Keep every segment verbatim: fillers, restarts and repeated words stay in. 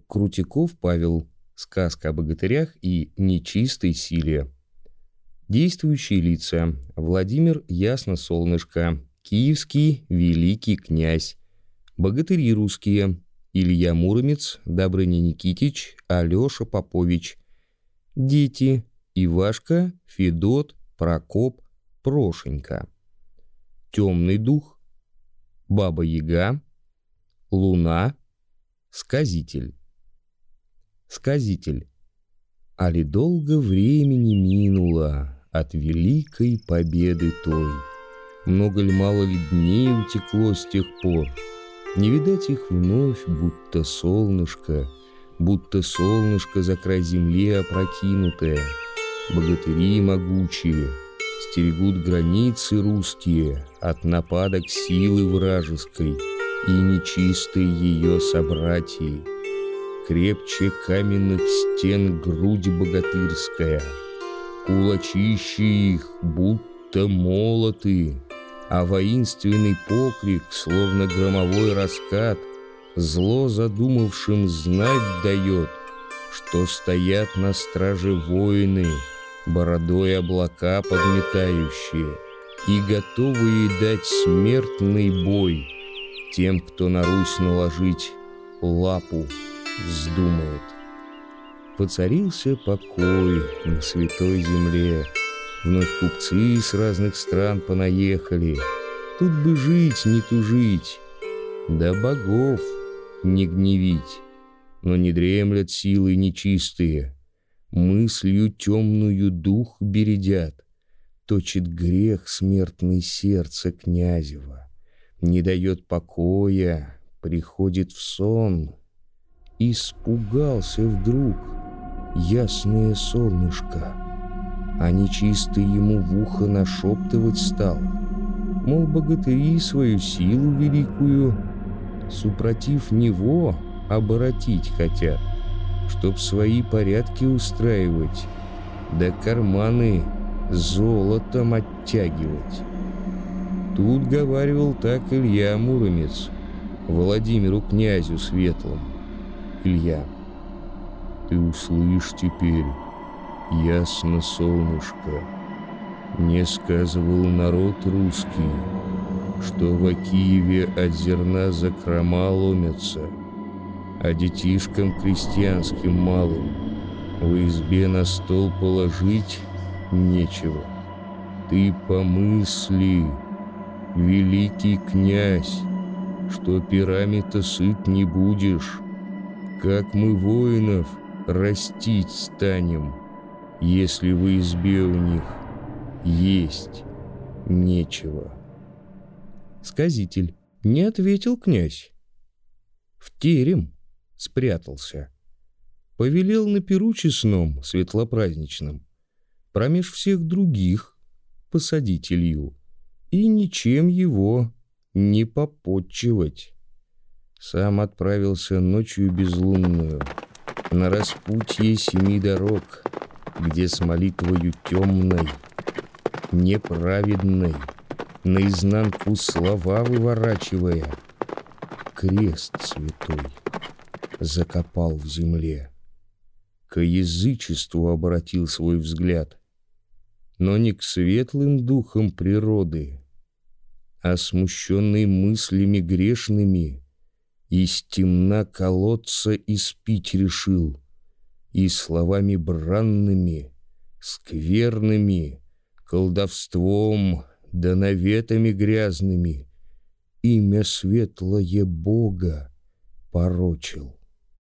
Крутиков Павел. Сказка о богатырях и нечистой силе. Действующие лица: Владимир Ясно-Солнышко, киевский великий князь. Богатыри русские: Илья Муромец, Добрыня Никитич, Алеша Попович. Дети: Ивашка, Федот, Прокоп, Прошенька. Темный дух: Баба-Яга, Луна, Сказитель. Сказитель. Али долго времени минуло от великой победы той? Много ли, мало ли дней утекло с тех пор? Не видать их вновь, будто солнышко, будто солнышко за край земли опрокинутое. Богатыри могучие стерегут границы русские от нападок силы вражеской и нечистой ее собратьи. Крепче каменных стен грудь богатырская, кулачища их будто молоты, а воинственный покрик, словно громовой раскат, зло задумавшим знать дает, что стоят на страже воины, бородой облака подметающие и готовые дать смертный бой тем, кто на Русь наложить лапу вздумает. Поцарился покой на святой земле. Вновь купцы с разных стран понаехали. Тут бы жить, не тужить, да богов не гневить. Но не дремлят силы нечистые, мыслью темную дух бередят. Точит грех смертный сердце князева, не дает покоя, приходит в сон. Испугался вдруг ясное солнышко, а нечистый ему в ухо нашептывать стал, мол, богатыри свою силу великую супротив него оборотить хотят, чтоб свои порядки устраивать, да карманы золотом оттягивать. Тут говаривал так Илья Муромец Владимиру князю Светлому: Илья, ты услышь теперь, ясно солнышко, мне сказывал народ русский, что во Киеве от зерна закрома ломятся, а детишкам крестьянским малым в избе на стол положить нечего. Ты помысли, великий князь, что пирами-то сыт не будешь. Как мы воинов растить станем, если в избе у них есть нечего? Сказитель. Не ответил князь. В терем спрятался. Повелел на пиру честном, светлопраздничном, промеж всех других посадить Илью и ничем его не попотчевать. Сам отправился ночью безлунную на распутье семи дорог, где с молитвою темной, неправедной, наизнанку слова выворачивая, крест святой закопал в земле. К язычеству обратил свой взгляд, но не к светлым духам природы, а смущенный мыслями грешными из темна колодца испить решил, и словами бранными, скверными, колдовством да наветами грязными имя светлое Бога порочил.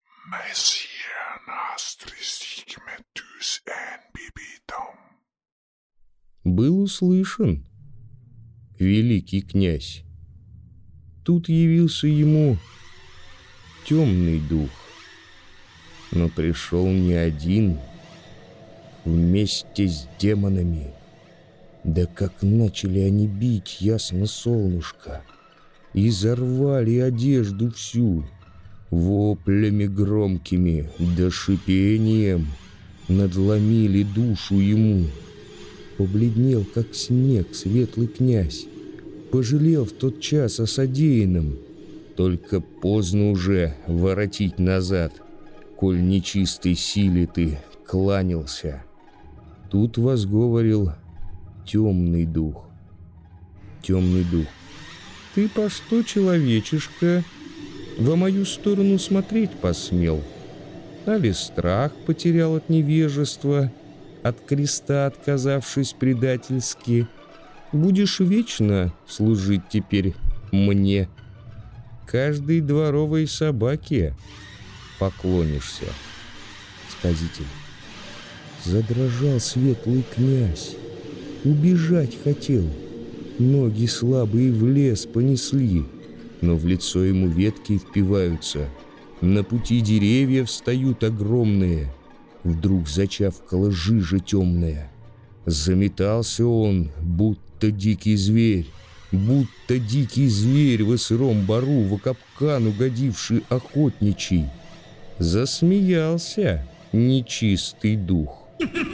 Был услышан великий князь. Тут явился ему темный дух, но пришел не один, вместе с демонами. Да как начали они бить ясно солнышко, и зарвали одежду всю, воплями громкими да шипением надломили душу ему. Побледнел, как снег, светлый князь, пожалел в тот час о содеянном. Только поздно уже воротить назад. коль нечистой силе ты кланялся. Тут возговорил темный дух. Темный дух. Ты по что, человечишка, во мою сторону смотреть посмел? Али страх потерял от невежества, от креста отказавшись предательски? Будешь вечно служить теперь мне, каждой дворовой собаке поклонишься. Сказитель. Задрожал светлый князь, убежать хотел, ноги слабые в лес понесли, но в лицо ему ветки впиваются, на пути деревья встают огромные. Вдруг зачавкала жижа темная. Заметался он, будто дикий зверь, будто дикий зверь во сыром бору, во капкан угодивший охотничий. Засмеялся нечистый дух.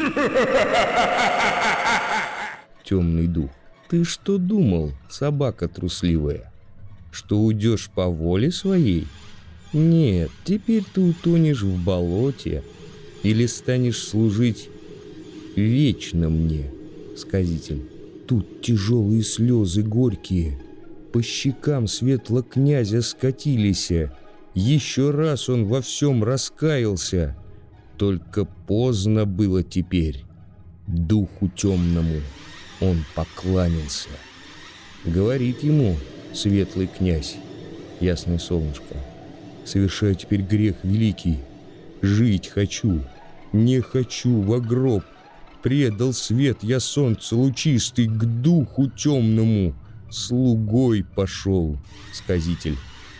Темный дух. Ты что думал, собака трусливая, что уйдешь по воле своей? Нет, теперь ты утонешь в болоте или станешь служить вечно мне. Сказитель. Тут тяжелые слезы горькие по щекам светло князя скатились. Еще раз он во всем раскаялся, только поздно было теперь. Духу темному он покланялся. Говорит ему светлый князь, ясное солнышко: совершаю теперь грех великий, жить хочу, не хочу во гроб. Предал свет я солнце лучистый, к духу темному слугой пошел. Сказитель.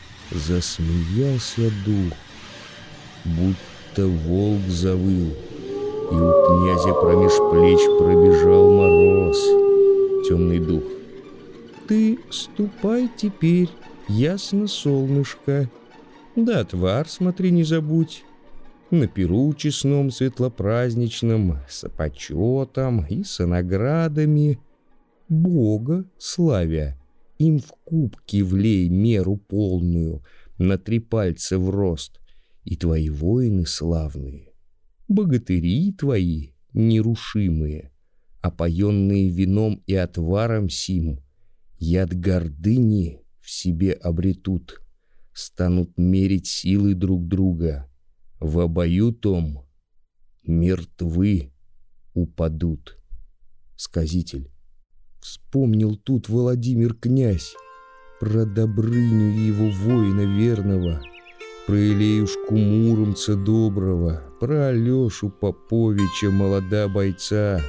Засмеялся дух, будто волк завыл, и у князя промеж плеч пробежал мороз. Темный дух. Ты ступай теперь, ясно солнышко, да отвар смотри не забудь. На пиру честном светлопраздничном, с почетом и с наградами, Бога славя, им в кубки влей меру полную, на три пальца в рост, и твои воины славные, богатыри твои нерушимые, опоенные вином и отваром сим, яд гордыни в себе обретут, станут мерить силы друг друга. В обою том мертвы упадут. Сказитель. Вспомнил тут Владимир князь про Добрыню и его воина верного, про Илеюшку Муромца доброго, про Алешу Поповича молода бойца.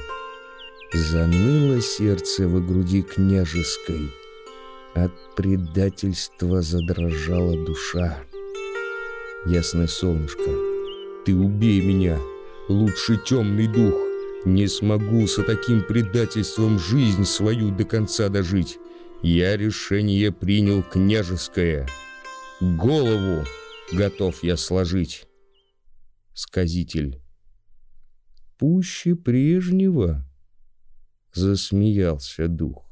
Заныло сердце во груди княжеской, от предательства задрожала душа. Ясное солнышко, ты убей меня, лучше темный дух. Не смогу со таким предательством жизнь свою до конца дожить. Я решение принял княжеское. Голову готов я сложить. Сказитель. Пуще прежнего засмеялся дух.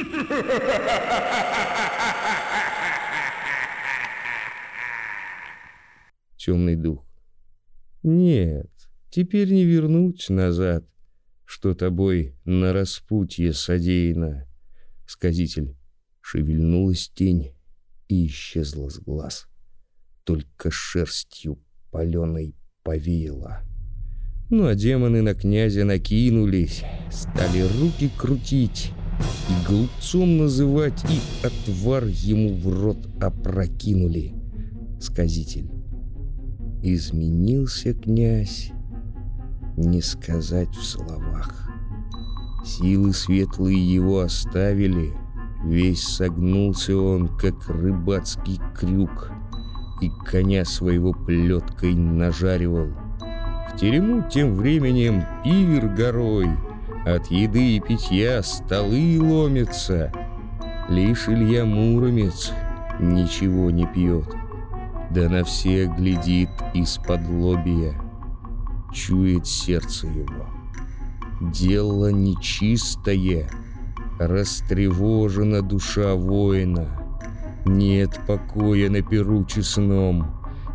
Темный дух. Нет, теперь не вернуть назад, что тобой на распутье содеяно. Сказитель. Шевельнулась тень и исчезла с глаз. Только шерстью паленой повеяло. Ну а демоны на князя накинулись, стали руки крутить и глупцом называть, и отвар ему в рот опрокинули. Сказитель. Изменился князь, не сказать в словах. Силы светлые его оставили, весь согнулся он, как рыбацкий крюк, и коня своего плеткой нажаривал. В терему тем временем пир горой, от еды и питья столы ломятся. Лишь Илья Муромец ничего не пьет, да на всех глядит из-под лобья. Чует сердце его. Дело нечистое, растревожена душа воина. Нет покоя на пиру честном,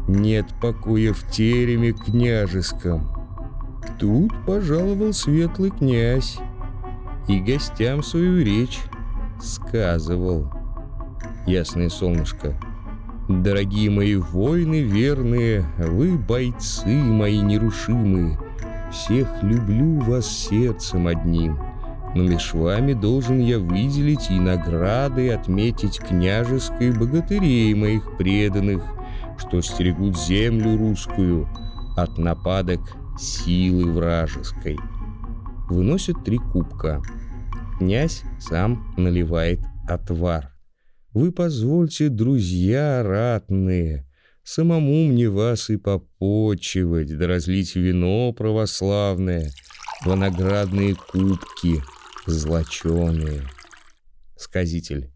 нет покоя в тереме княжеском. Тут пожаловал светлый князь и гостям свою речь сказывал. Ясное солнышко, дорогие мои воины верные, вы бойцы мои нерушимые, всех люблю вас сердцем одним, но меж вами должен я выделить и награды отметить княжеской богатырей моих преданных, что стерегут землю русскую от нападок силы вражеской. Выносят три кубка. Князь сам наливает отвар. Вы позвольте, друзья ратные, самому мне вас и попочивать, да разлить вино православное, виноградные кубки злоченые. Сказитель.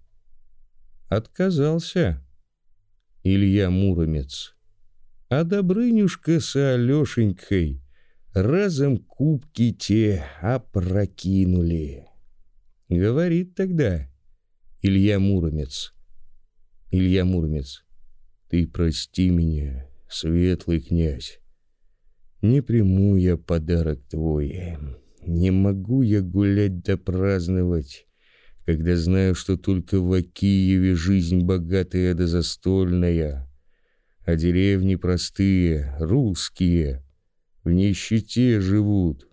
Отказался Илья Муромец, а Добрынюшка с Алешенькой разом кубки те опрокинули. Говорит тогда Илья Муромец. Илья Муромец, ты прости меня, светлый князь. Не приму я подарок твой, не могу я гулять да праздновать, когда знаю, что только в Киеве жизнь богатая да застольная, а деревни простые, русские, в нищете живут,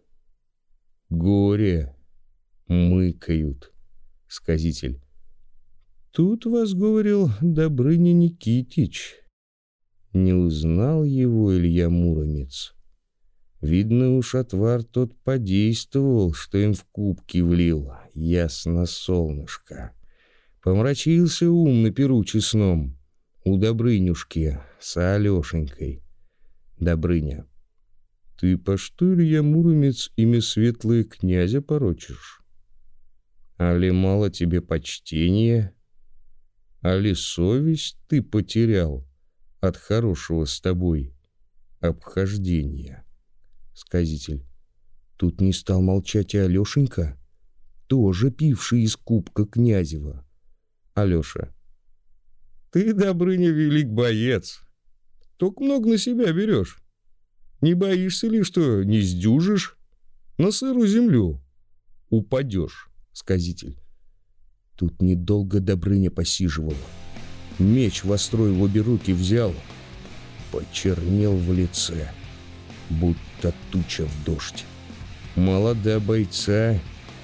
горе мыкают. Сказитель. Тут вас говорил Добрыня Никитич. Не узнал его Илья Муромец. Видно уж отвар тот подействовал, что им в кубки влил, ясно солнышко. Помрачился ум на перу честном у Добрынюшки с Алешенькой. Добрыня. Ты по что, Илья Муромец, имя светлое князя порочишь? Али мало тебе почтения? Али совесть ты потерял от хорошего с тобой обхождения? Сказитель. Тут не стал молчать и Алешенька, тоже пивший из кубка Князева. Алеша. Ты, Добрыня, велик боец, только много на себя берешь. Не боишься ли, что не сдюжишь, на сырую землю упадешь? Сказитель. Тут недолго Добрыня посиживал. Меч востро в обе руки взял, почернел в лице, будто туча в дождь. Молода бойца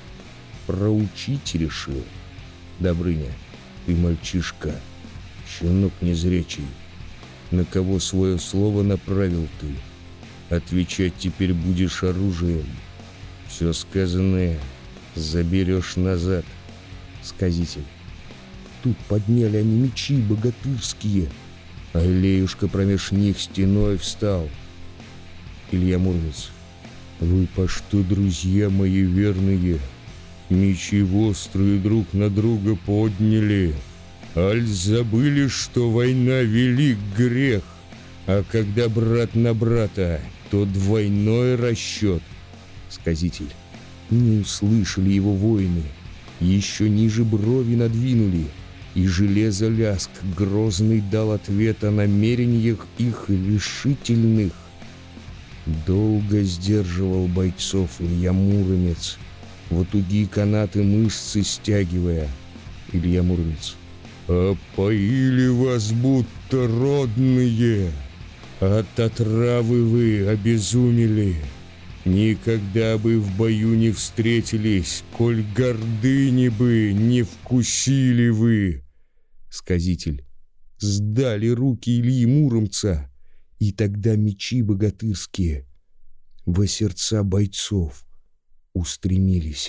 проучить решил. Добрыня, ты мальчишка, щенок незрячий. На кого свое слово направил ты? Отвечать теперь будешь оружием. Все сказанное заберешь назад. Сказитель. Тут подняли они мечи богатырские, а Илеюшка промеж них стеной встал. Илья Муромец. Вы по что, друзья мои верные, мечи острые друг на друга подняли? Аль забыли, что война велик грех, а когда брат на брата, то двойной расчет? Сказитель. Не услышали его воины, еще ниже брови надвинули, и железо ляск грозный дал ответ о намерениях их решительных. Долго сдерживал бойцов Илья Муромец, в тугие канаты мышцы стягивая. Илья Муромец. Опоили вас будто родные, от отравы вы обезумели. Никогда бы в бою не встретились, коль гордыни бы не вкусили вы. Сказитель. Сдали руки Ильи Муромца, и тогда мечи богатырские во сердца бойцов устремились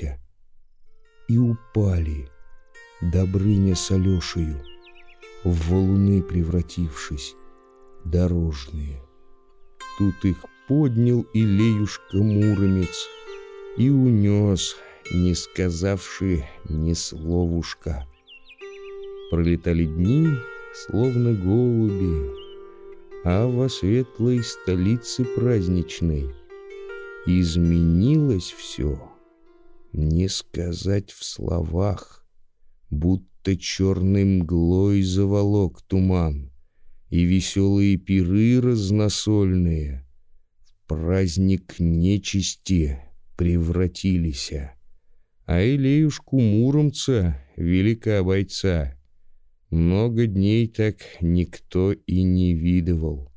и упали Добрыня с Алешею, в валуны превратившись, дорожные. Тут их поднял Илеюшка Муромец и унес, не сказавши ни словушка. Пролетали дни, словно голуби, а во светлой столице праздничной изменилось все, не сказать в словах, будто черной мглой заволок туман, и веселые пиры разносольные в праздник нечисти превратились. А Илеюшку Муромца, велика бойца, много дней так никто и не видывал.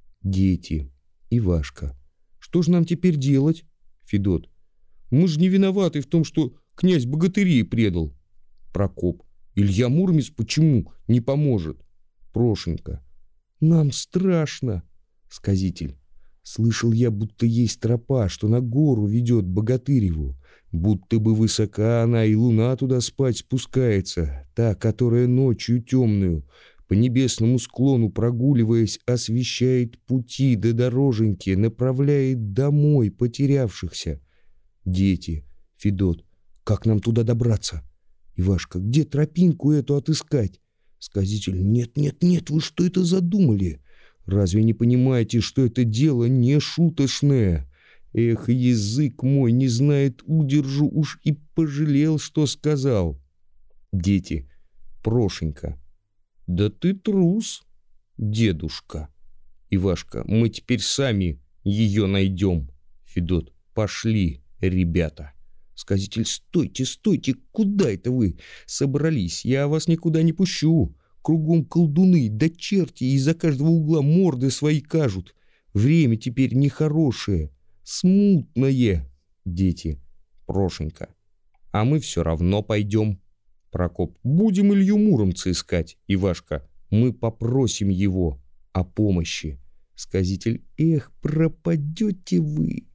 Дети. Ивашка. Что ж нам теперь делать? Федот. Мы же не виноваты в том, что князь богатырей предал. Прокоп. Илья Муромец почему не поможет? Прошенька. Нам страшно. Сказитель. Слышал я, будто есть тропа, что на гору ведет Богатыреву. Будто бы высока она, и луна туда спать спускается, та, которая ночью темную, по небесному склону прогуливаясь, освещает пути до дороженьки, направляет домой потерявшихся. Дети. Федот. Как нам туда добраться? Ивашка. Где тропинку эту отыскать? Сказитель. Нет, нет, нет, вы что это задумали? Разве не понимаете, что это дело не шуточное? Эх, язык мой не знает удержу, уж и пожалел, что сказал. Дети. Прошенька. Да ты трус, дедушка. Ивашка. Мы теперь сами ее найдем. Федот. Пошли, ребята. Сказитель. Стойте, стойте, куда это вы собрались? Я вас никуда не пущу. Кругом колдуны, да черти, из-за каждого угла морды свои кажут. Время теперь нехорошее, смутное. Дети. Прошенька. А мы все равно пойдем. Прокоп. Будем Илью Муромца искать. Ивашка. Мы попросим его о помощи. Сказитель. Эх, пропадете вы.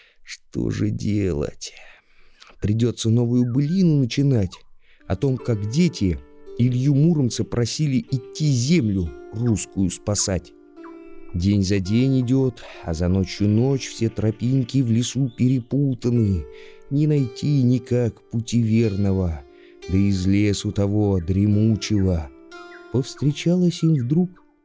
Что же делать? Придется новую былину начинать о том, как дети Илью Муромца просили идти землю русскую спасать. День за день идет, а за ночью ночь, все тропинки в лесу перепутаны. Не найти никак пути верного, да из лесу того дремучего. Повстречалась им вдруг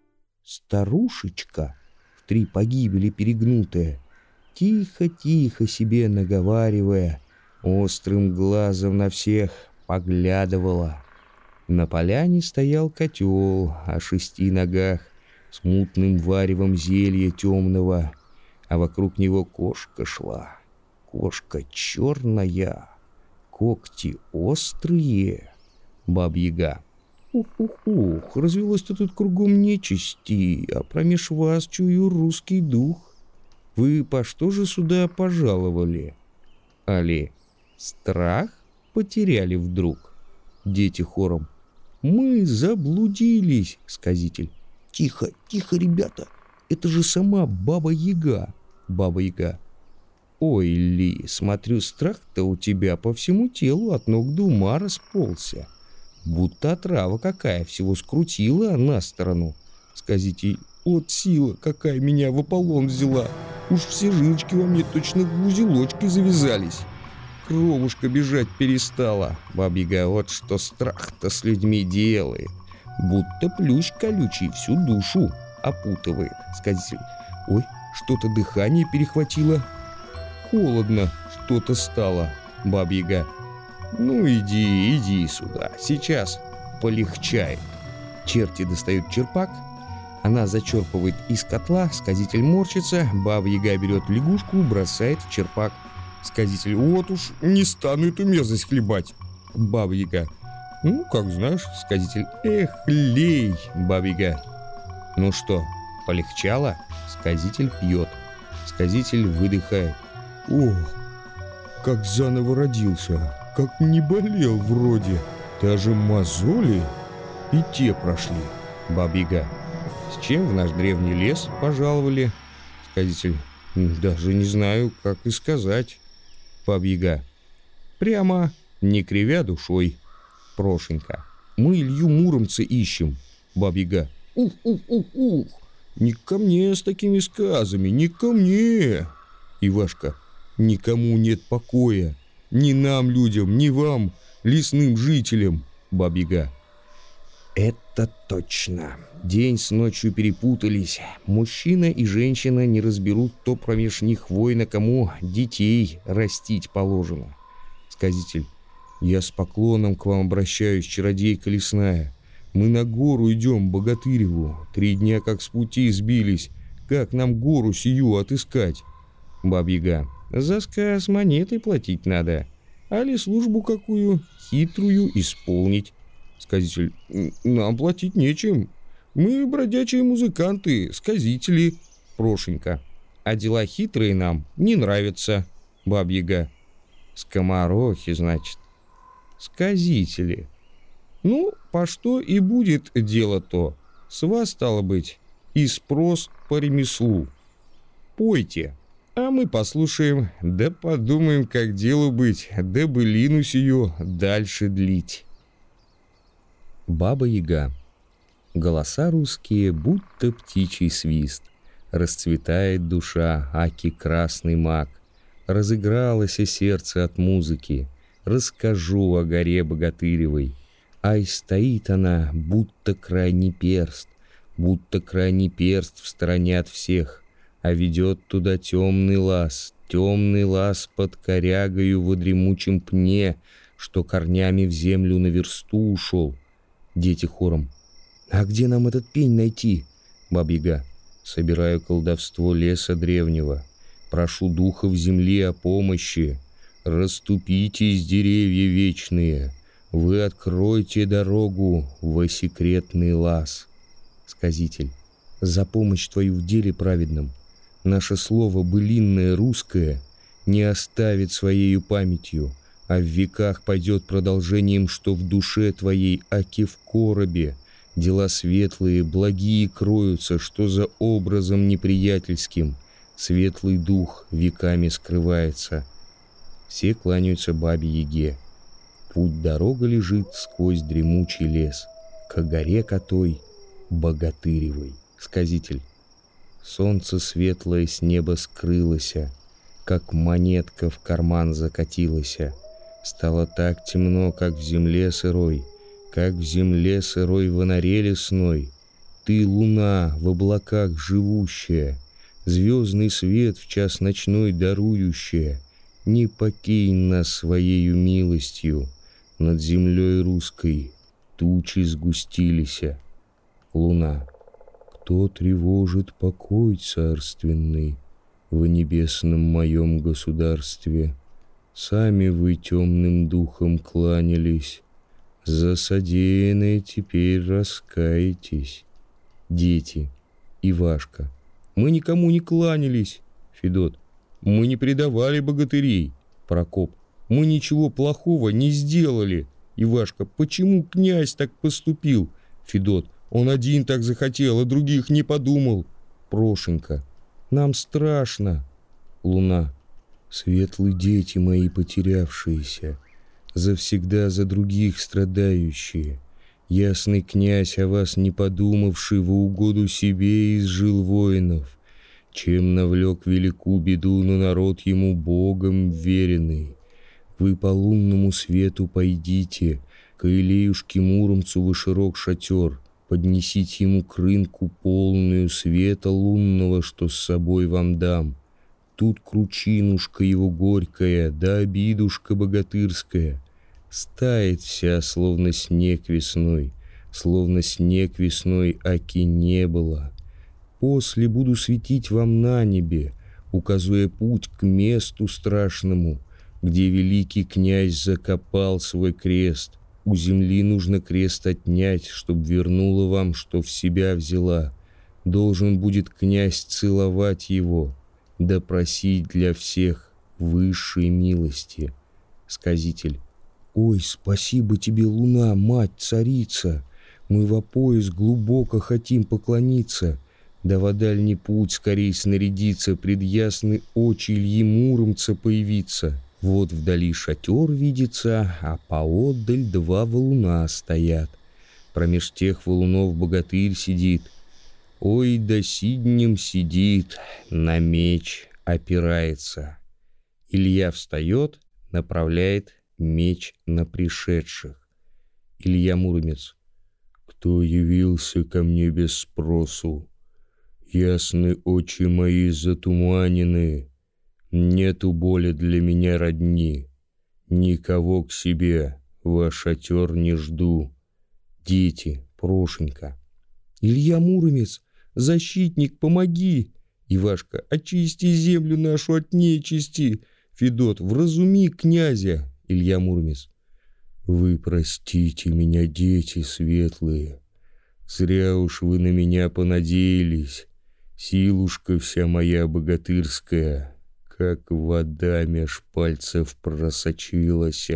старушечка, в три погибели перегнутая, тихо-тихо себе наговаривая, острым глазом на всех поглядывала. На поляне стоял котел о шести ногах с мутным варевом зелья темного, а вокруг него кошка шла. Кошка черная, когти острые. Баба-Яга. Ух-ух-ух, развелось-то тут кругом нечисти, а промеж вас чую русский дух. Вы по что же сюда пожаловали? Али, страх потеряли вдруг? Дети хором. Мы заблудились, сказитель. Тихо, тихо, ребята, это же сама Баба-Яга. Баба-Яга. Ой, Ли, смотрю, страх-то у тебя по всему телу от ног до ума расползся. Будто отрава какая, всего скрутила на сторону. Сказитель. От сила, какая меня в Аполлон взяла. Уж все жилочки во мне точно в узелочки завязались. Кровушка бежать перестала. Баба-Яга. Вот что страх-то с людьми делает. Будто плющ колючий всю душу опутывает. Сказитель. Ой, что-то дыхание перехватило. Холодно что-то стало. Баба-Яга. Ну иди, иди сюда, сейчас полегчает. Черти достают черпак, она зачерпывает из котла, сказитель морщится, Баба-Яга берет лягушку, бросает в черпак. Сказитель. Вот уж не стану эту мерзость хлебать. Баба-Яга. Ну, как знаешь. Сказитель. Эх, лей. Баба-Яга. Ну что, полегчало? Сказитель пьет. Сказитель выдыхает. О, как заново родился, как не болел вроде. Даже мозоли и те прошли. Баба-Яга. С чем в наш древний лес пожаловали? Сказитель. Даже не знаю, как и сказать. Баба-Яга. Прямо, не кривя душой. Прошенька. Мы Илью Муромца ищем. Баба-Яга. Ух, ух, ух, ух. Не ко мне с такими сказами, не ко мне. Ивашка. Никому нет покоя. Ни нам, людям, ни вам, лесным жителям. Баба-Яга. Это точно. День с ночью перепутались. Мужчина и женщина не разберут, кто промеж них воина, кому детей растить положено. Сказитель. Я с поклоном к вам обращаюсь, чародейка лесная. Мы на гору идем, Богатыреву. Три дня как с пути сбились. Как нам гору сию отыскать? Баба-Яга. За сказ монеты платить надо. Али службу какую хитрую исполнить. Сказитель. Нам платить нечем. Мы бродячие музыканты, сказители. Прошенька. А дела хитрые нам не нравятся. Баба-Яга. Скоморохи, значит. Сказители. Ну, по что и будет дело то. С вас, стало быть, и спрос по ремеслу. Пойте, а мы послушаем, да подумаем, как делу быть, да былину сию дальше длить. Баба-Яга. Голоса русские, будто птичий свист. Расцветает душа, аки красный мак. Разыгралось сердце от музыки. Расскажу о горе Богатыревой. Ай, стоит она, будто крайний перст, будто крайний перст в стороне от всех, а ведет туда темный лаз, темный лаз под корягою во дремучем пне, что корнями в землю на версту ушел. Дети хором. А где нам этот пень найти? Баба-Яга. Собираю колдовство леса древнего, прошу духов земли о помощи. Расступитесь, деревья вечные, вы откройте дорогу во секретный лаз. Сказитель. За помощь твою в деле праведном. Наше слово былинное русское не оставит своею памятью, а в веках пойдет продолжением, что в душе твоей, аки в коробе, дела светлые, благие кроются, что за образом неприятельским светлый дух веками скрывается. Все кланяются Бабе-Яге. Путь-дорога лежит сквозь дремучий лес, ко горе котой Богатыревой. Сказитель. Солнце светлое с неба скрылося, как монетка в карман закатилася. Стало так темно, как в земле сырой, как в земле сырой в норе лесной. Ты, луна, в облаках живущая, звездный свет в час ночной дарующая, не покинь нас своею милостью. Над землей русской тучи сгустилися. Луна. Кто тревожит покой царственный в небесном моем государстве? Сами вы темным духом кланялись, за содеянное теперь раскаетесь. Дети. Ивашка. Мы никому не кланялись. Федот. Мы не предавали богатырей. Прокоп. Мы ничего плохого не сделали. Ивашка. Почему князь так поступил? Федот. Он один так захотел, а других не подумал. Прошенька. Нам страшно. Луна. Светлые дети мои потерявшиеся, завсегда за других страдающие. Ясный князь, о вас не подумавший, во угоду себе изжил воинов, чем навлек велику беду на народ ему Богом веренный. Вы по лунному свету пойдите, к Илеюшке Муромцу вы широк шатер, поднесите ему к рынку полную света лунного, что с собой вам дам. Тут кручинушка его горькая, да обидушка богатырская. Стает вся, словно снег весной, словно снег весной, аки не было. После буду светить вам на небе, указывая путь к месту страшному, где великий князь закопал свой крест. У земли нужно крест отнять, чтоб вернула вам, что в себя взяла. Должен будет князь целовать его, да просить для всех высшей милости. Сказитель. Ой, спасибо тебе, луна, мать, царица. Мы во пояс глубоко хотим поклониться. Да во дальний путь скорей снарядиться, пред ясны очи Ильи Муромца появиться. Вот вдали шатер видится, а поотдаль два валуна стоят. Промеж тех валунов богатырь сидит. Ой, да сиднем сидит, на меч опирается. Илья встает, направляет меч на пришедших. Илья Муромец. Кто явился ко мне без спросу? Ясны очи мои затуманены. Нету боли для меня родни. Никого к себе, ваш шатер не жду. Дети. Прошенька. Илья Муромец, защитник, помоги! Ивашка, очисти землю нашу от нечисти! Федот, вразуми князя! Илья Муромец. Вы простите меня, дети светлые. Зря уж вы на меня понадеялись. Силушка вся моя богатырская, как вода меж пальцев просочилась.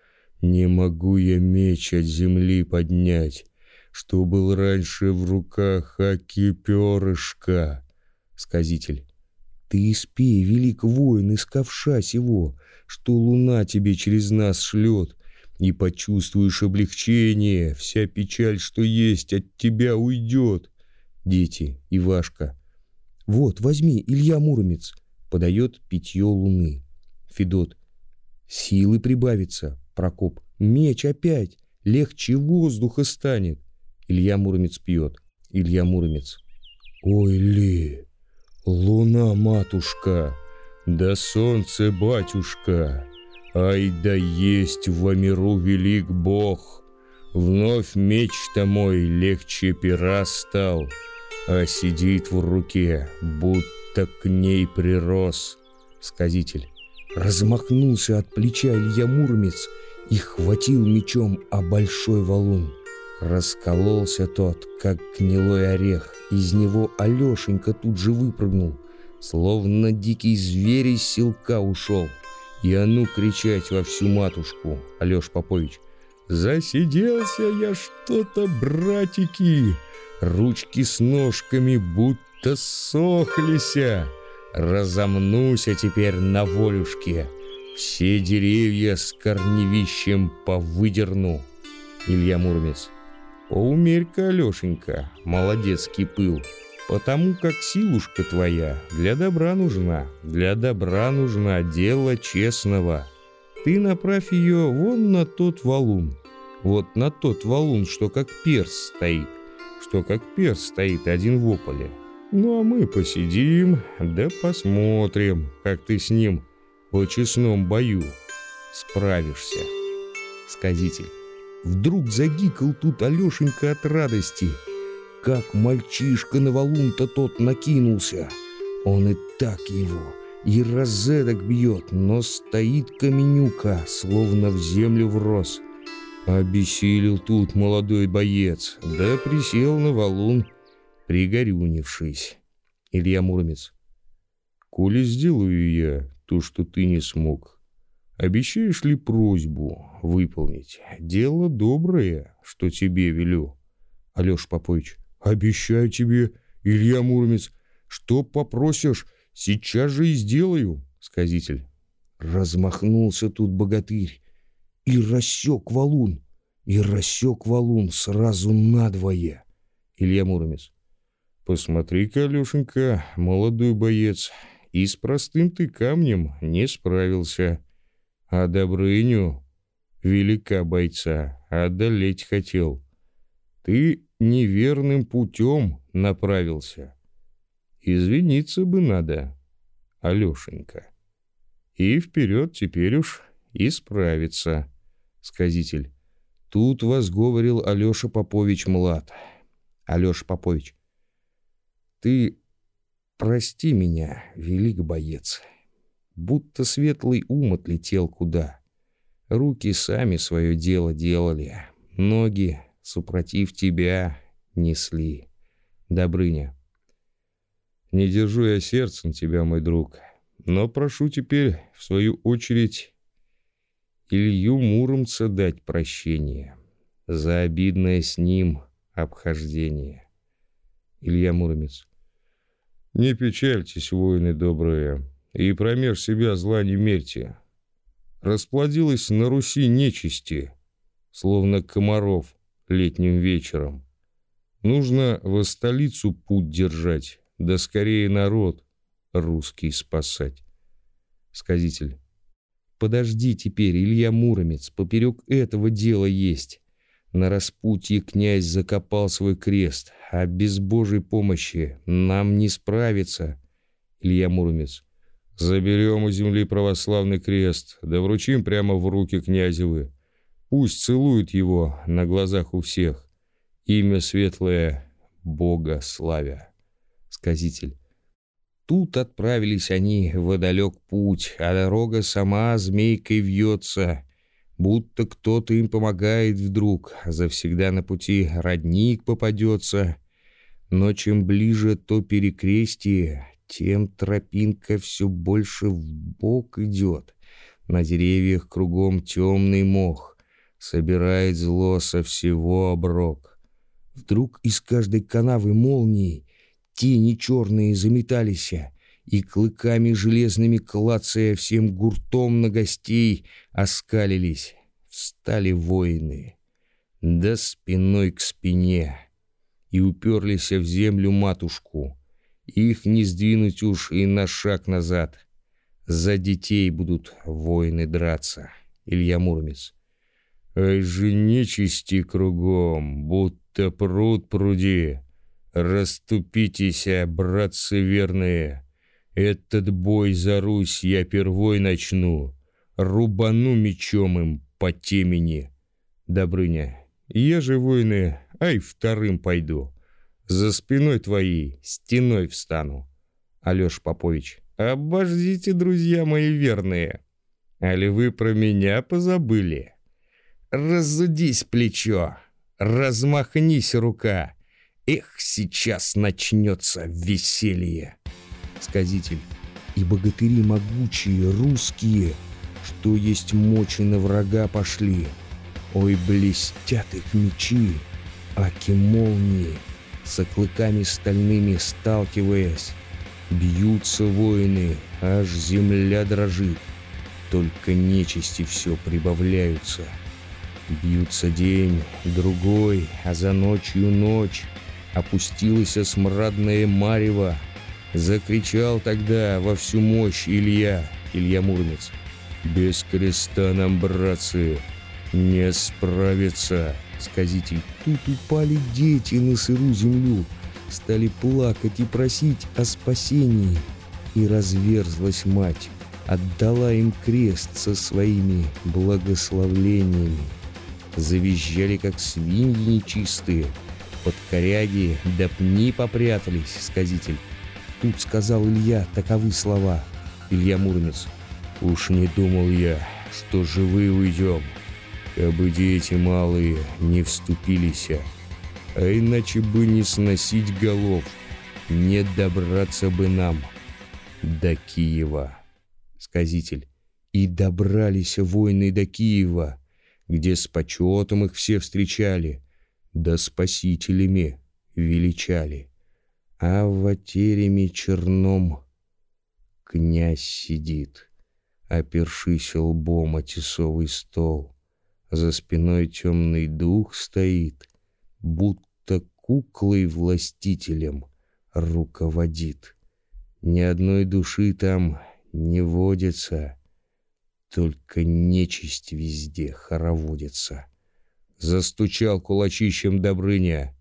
Не могу я меч от земли поднять, что был раньше в руках аки перышка. Сказитель. Ты испей, велик воин, из ковша сего, что луна тебе через нас шлет, и почувствуешь облегчение, вся печаль, что есть, от тебя уйдет. Дети, Ивашка. Вот, возьми, Илья Муромец. Подает питье луны. Федот. Силы прибавится. Прокоп. Меч опять. Легче воздуха станет. Илья Муромец пьет. Илья Муромец. Ой ли, луна, матушка, да солнце, батюшка, ай да есть во миру велик Бог. Вновь меч-то мой легче пера стал, а сидит в руке, будто к ней прирос. Сказитель. Размахнулся от плеча Илья Муромец и хватил мечом о большой валун. Раскололся тот, как гнилой орех. Из него Алешенька тут же выпрыгнул, словно дикий зверь из селка ушел. И а ну кричать во всю матушку. Алеш Попович. Засиделся я что-то, братики. Ручки с ножками будто сохлися. Разомнуся теперь на волюшке. Все деревья с корневищем повыдерну. Илья Муромец. Поумерь-ка, Алешенька, молодецкий пыл, потому как силушка твоя для добра нужна, для добра нужна, дело честного. Ты направь ее вон на тот валун, вот на тот валун, что как перст стоит, что как перст стоит один в ополе. Ну а мы посидим, да посмотрим, как ты с ним в честном бою справишься. Сказитель. Вдруг загикал тут Алешенька от радости. Как мальчишка на валун-то тот накинулся. Он и так его, и розеток бьет, но стоит каменюка, словно в землю врос. Обессилел тут молодой боец, да присел на валун, пригорюнившись. Илья Муромец. Коли сделаю я то, что ты не смог, обещаешь ли просьбу выполнить? Дело доброе, что тебе велю. Алеш Попович. Обещаю тебе, Илья Муромец, что попросишь, сейчас же и сделаю. Сказитель. Размахнулся тут богатырь и рассек валун, и рассек валун сразу надвое. Илья Муромец. Посмотри-ка, Алешенька, молодой боец, и с простым ты камнем не справился. А Добрыню, велика бойца, одолеть хотел. Ты неверным путем направился. Извиниться бы надо, Алешенька. И вперед теперь уж исправиться. Сказитель. Тут возговорил Алеша Попович млад. Алеша Попович. Ты прости меня, велик боец. Будто светлый ум отлетел куда. Руки сами свое дело делали, ноги, супротив тебя, несли. Добрыня. Не держу я сердцем тебя, мой друг, но прошу теперь, в свою очередь, Илью Муромца дать прощение за обидное с ним обхождение. Илья Муромец. Не печальтесь, воины добрые, и промеж себя зла не мерьте. Расплодилось на Руси нечисти, словно комаров летним вечером. Нужно во столицу путь держать, да скорее народ русский спасать. Сказитель. Подожди теперь, Илья Муромец, поперек этого дела есть. На распутье князь закопал свой крест, а без Божьей помощи нам не справиться. Илья Муромец. Заберем у земли православный крест, да вручим прямо в руки князевы. Пусть целуют его на глазах у всех. Имя светлое Бога славя. Сказитель. Тут отправились они в далек путь, а дорога сама змейкой вьется, будто кто-то им помогает вдруг, завсегда на пути родник попадется. Но чем ближе то перекрестие, тем тропинка все больше вбок идет. На деревьях кругом темный мох, собирает зло со всего оброк. Вдруг из каждой канавы молнии тени черные заметались, и клыками железными клацая всем гуртом на гостей оскалились. Встали воины, да спиной к спине, и уперлись в землю матушку. Их не сдвинуть уж и на шаг назад. За детей будут воины драться. Илья Муромец. Ай же нечисти кругом, будто пруд пруди. Расступитесь, братцы верные. Этот бой за Русь я первой начну. Рубану мечом им по темени. Добрыня. Я же, воины, ай вторым пойду. За спиной твоей стеной встану. Алёша Попович. Обождите, друзья мои верные. Али вы про меня позабыли? Разудись плечо, размахнись рука. Эх, сейчас начнется веселье. Сказитель. И богатыри могучие, русские, что есть мочи на врага пошли. Ой, блестят их мечи, аки молнии, со клыками стальными сталкиваясь. Бьются воины, аж земля дрожит, только нечисти все прибавляются. Бьются день, другой, а за ночью ночь. Опустилась смрадное марево. Закричал тогда во всю мощь Илья, Илья Муромец. Без креста нам, братцы, не справиться. Сказитель. Тут упали дети на сырую землю, стали плакать и просить о спасении. И разверзлась мать, отдала им крест со своими благословлениями. Завизжали, как свиньи нечистые, под коряги да пни попрятались. Сказитель. Тут сказал Илья таковы слова. Илья Муромец. Уж не думал я, что живые уйдем, кабы дети малые не вступились, а иначе бы не сносить голов, не добраться бы нам до Киева. Сказитель. И добрались воины до Киева, где с почетом их все встречали, да спасителями величали. А в тереме черном князь сидит, опершись лбом о тесовый стол. За спиной темный дух стоит, будто куклой властителем руководит. Ни одной души там не водится, только нечисть везде хороводится. Застучал кулачищем Добрыня.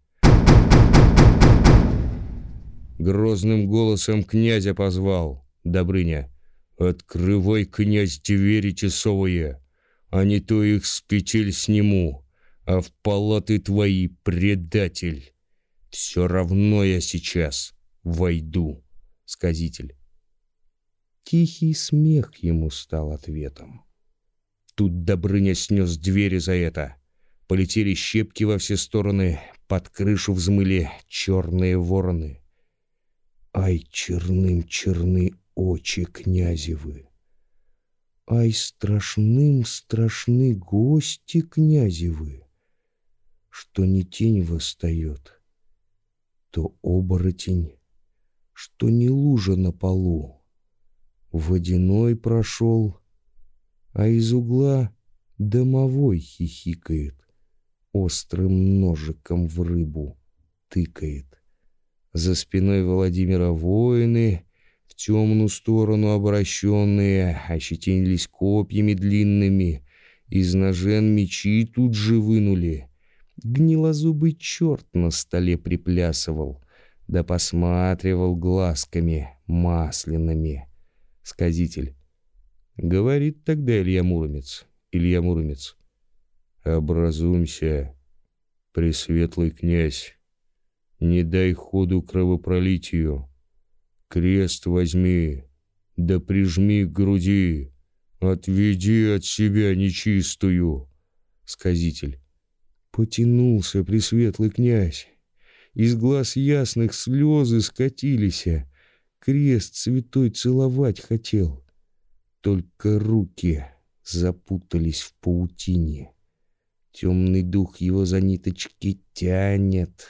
Грозным голосом князя позвал. Добрыня. Открывай, князь, двери тесовые, а не то их с петель сниму, а в палаты твои, предатель. Все равно я сейчас войду. Сказитель. Тихий смех ему стал ответом. Тут Добрыня снес двери за это. Полетели щепки во все стороны, под крышу взмыли черные вороны. Ай, черным черны очи князевы! Ай, страшным страшны гости князевы! Что не тень восстает, то оборотень, что не лужа на полу. Водяной прошел, а из угла домовой хихикает, острым ножиком в рыбу тыкает. За спиной Владимира воины, в темную сторону обращенные, ощетинились копьями длинными, из ножен мечи тут же вынули. Гнилозубый черт на столе приплясывал, да посматривал глазками масляными. Сказитель. Говорит тогда Илья Муромец. Илья Муромец. Образумься, «Пресветлый князь, не дай ходу кровопролитию. Крест возьми, да прижми к груди, отведи от себя нечистую». Сказитель. Потянулся пресветлый князь. Из глаз ясных слезы скатились. Крест святой целовать хотел. Только руки запутались в паутине. Темный дух его за ниточки тянет,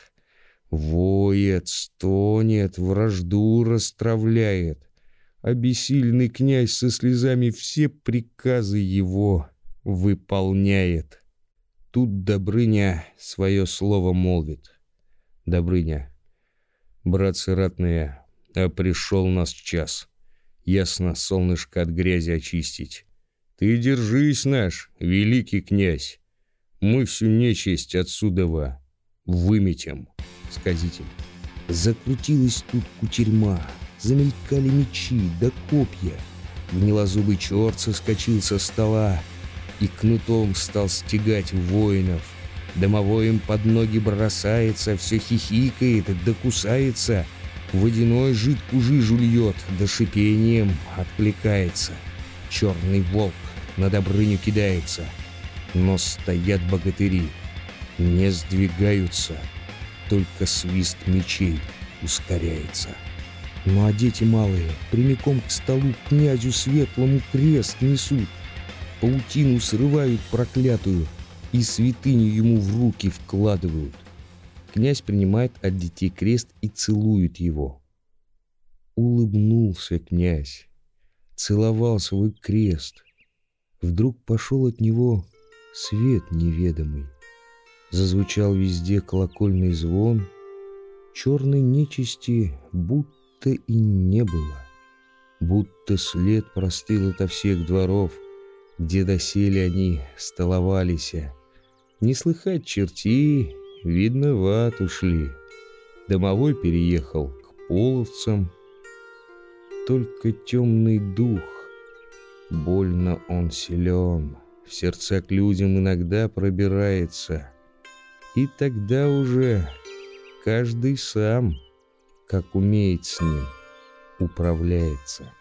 воет, стонет, вражду растравляет. Обессиленный князь со слезами все приказы его выполняет. Тут Добрыня свое слово молвит. Добрыня. Братцы ратные, а пришел нас час. Ясно солнышко от грязи очистить. Ты держись, наш великий князь. Мы всю нечисть отсюда выметем. Сказитель. Закрутилась тут кутерьма, замелькали мечи да копья. Гнилозубый черт соскочил со стола и кнутом стал стегать воинов. Домовой им под ноги бросается, все хихикает да кусается. Водяной жидкую жижу льет, да шипением откликается. Черный волк на Добрыню кидается, но стоят богатыри, не сдвигаются, только свист мечей ускоряется. Ну а дети малые прямиком к столу князю светлому крест несут, паутину срывают проклятую и святыню ему в руки вкладывают. Князь принимает от детей крест и целует его. Улыбнулся князь, целовал свой крест. Вдруг пошел от него свет неведомый. Зазвучал везде колокольный звон. Черной нечисти будто и не было. Будто след простыл ото всех дворов, где доселе они столовались. Не слыхать чертей, видно, в ад ушли. Домовой переехал к половцам. Только темный дух, больно он силен, в сердца к людям иногда пробирается. И тогда уже каждый сам, как умеет с ним, управляется.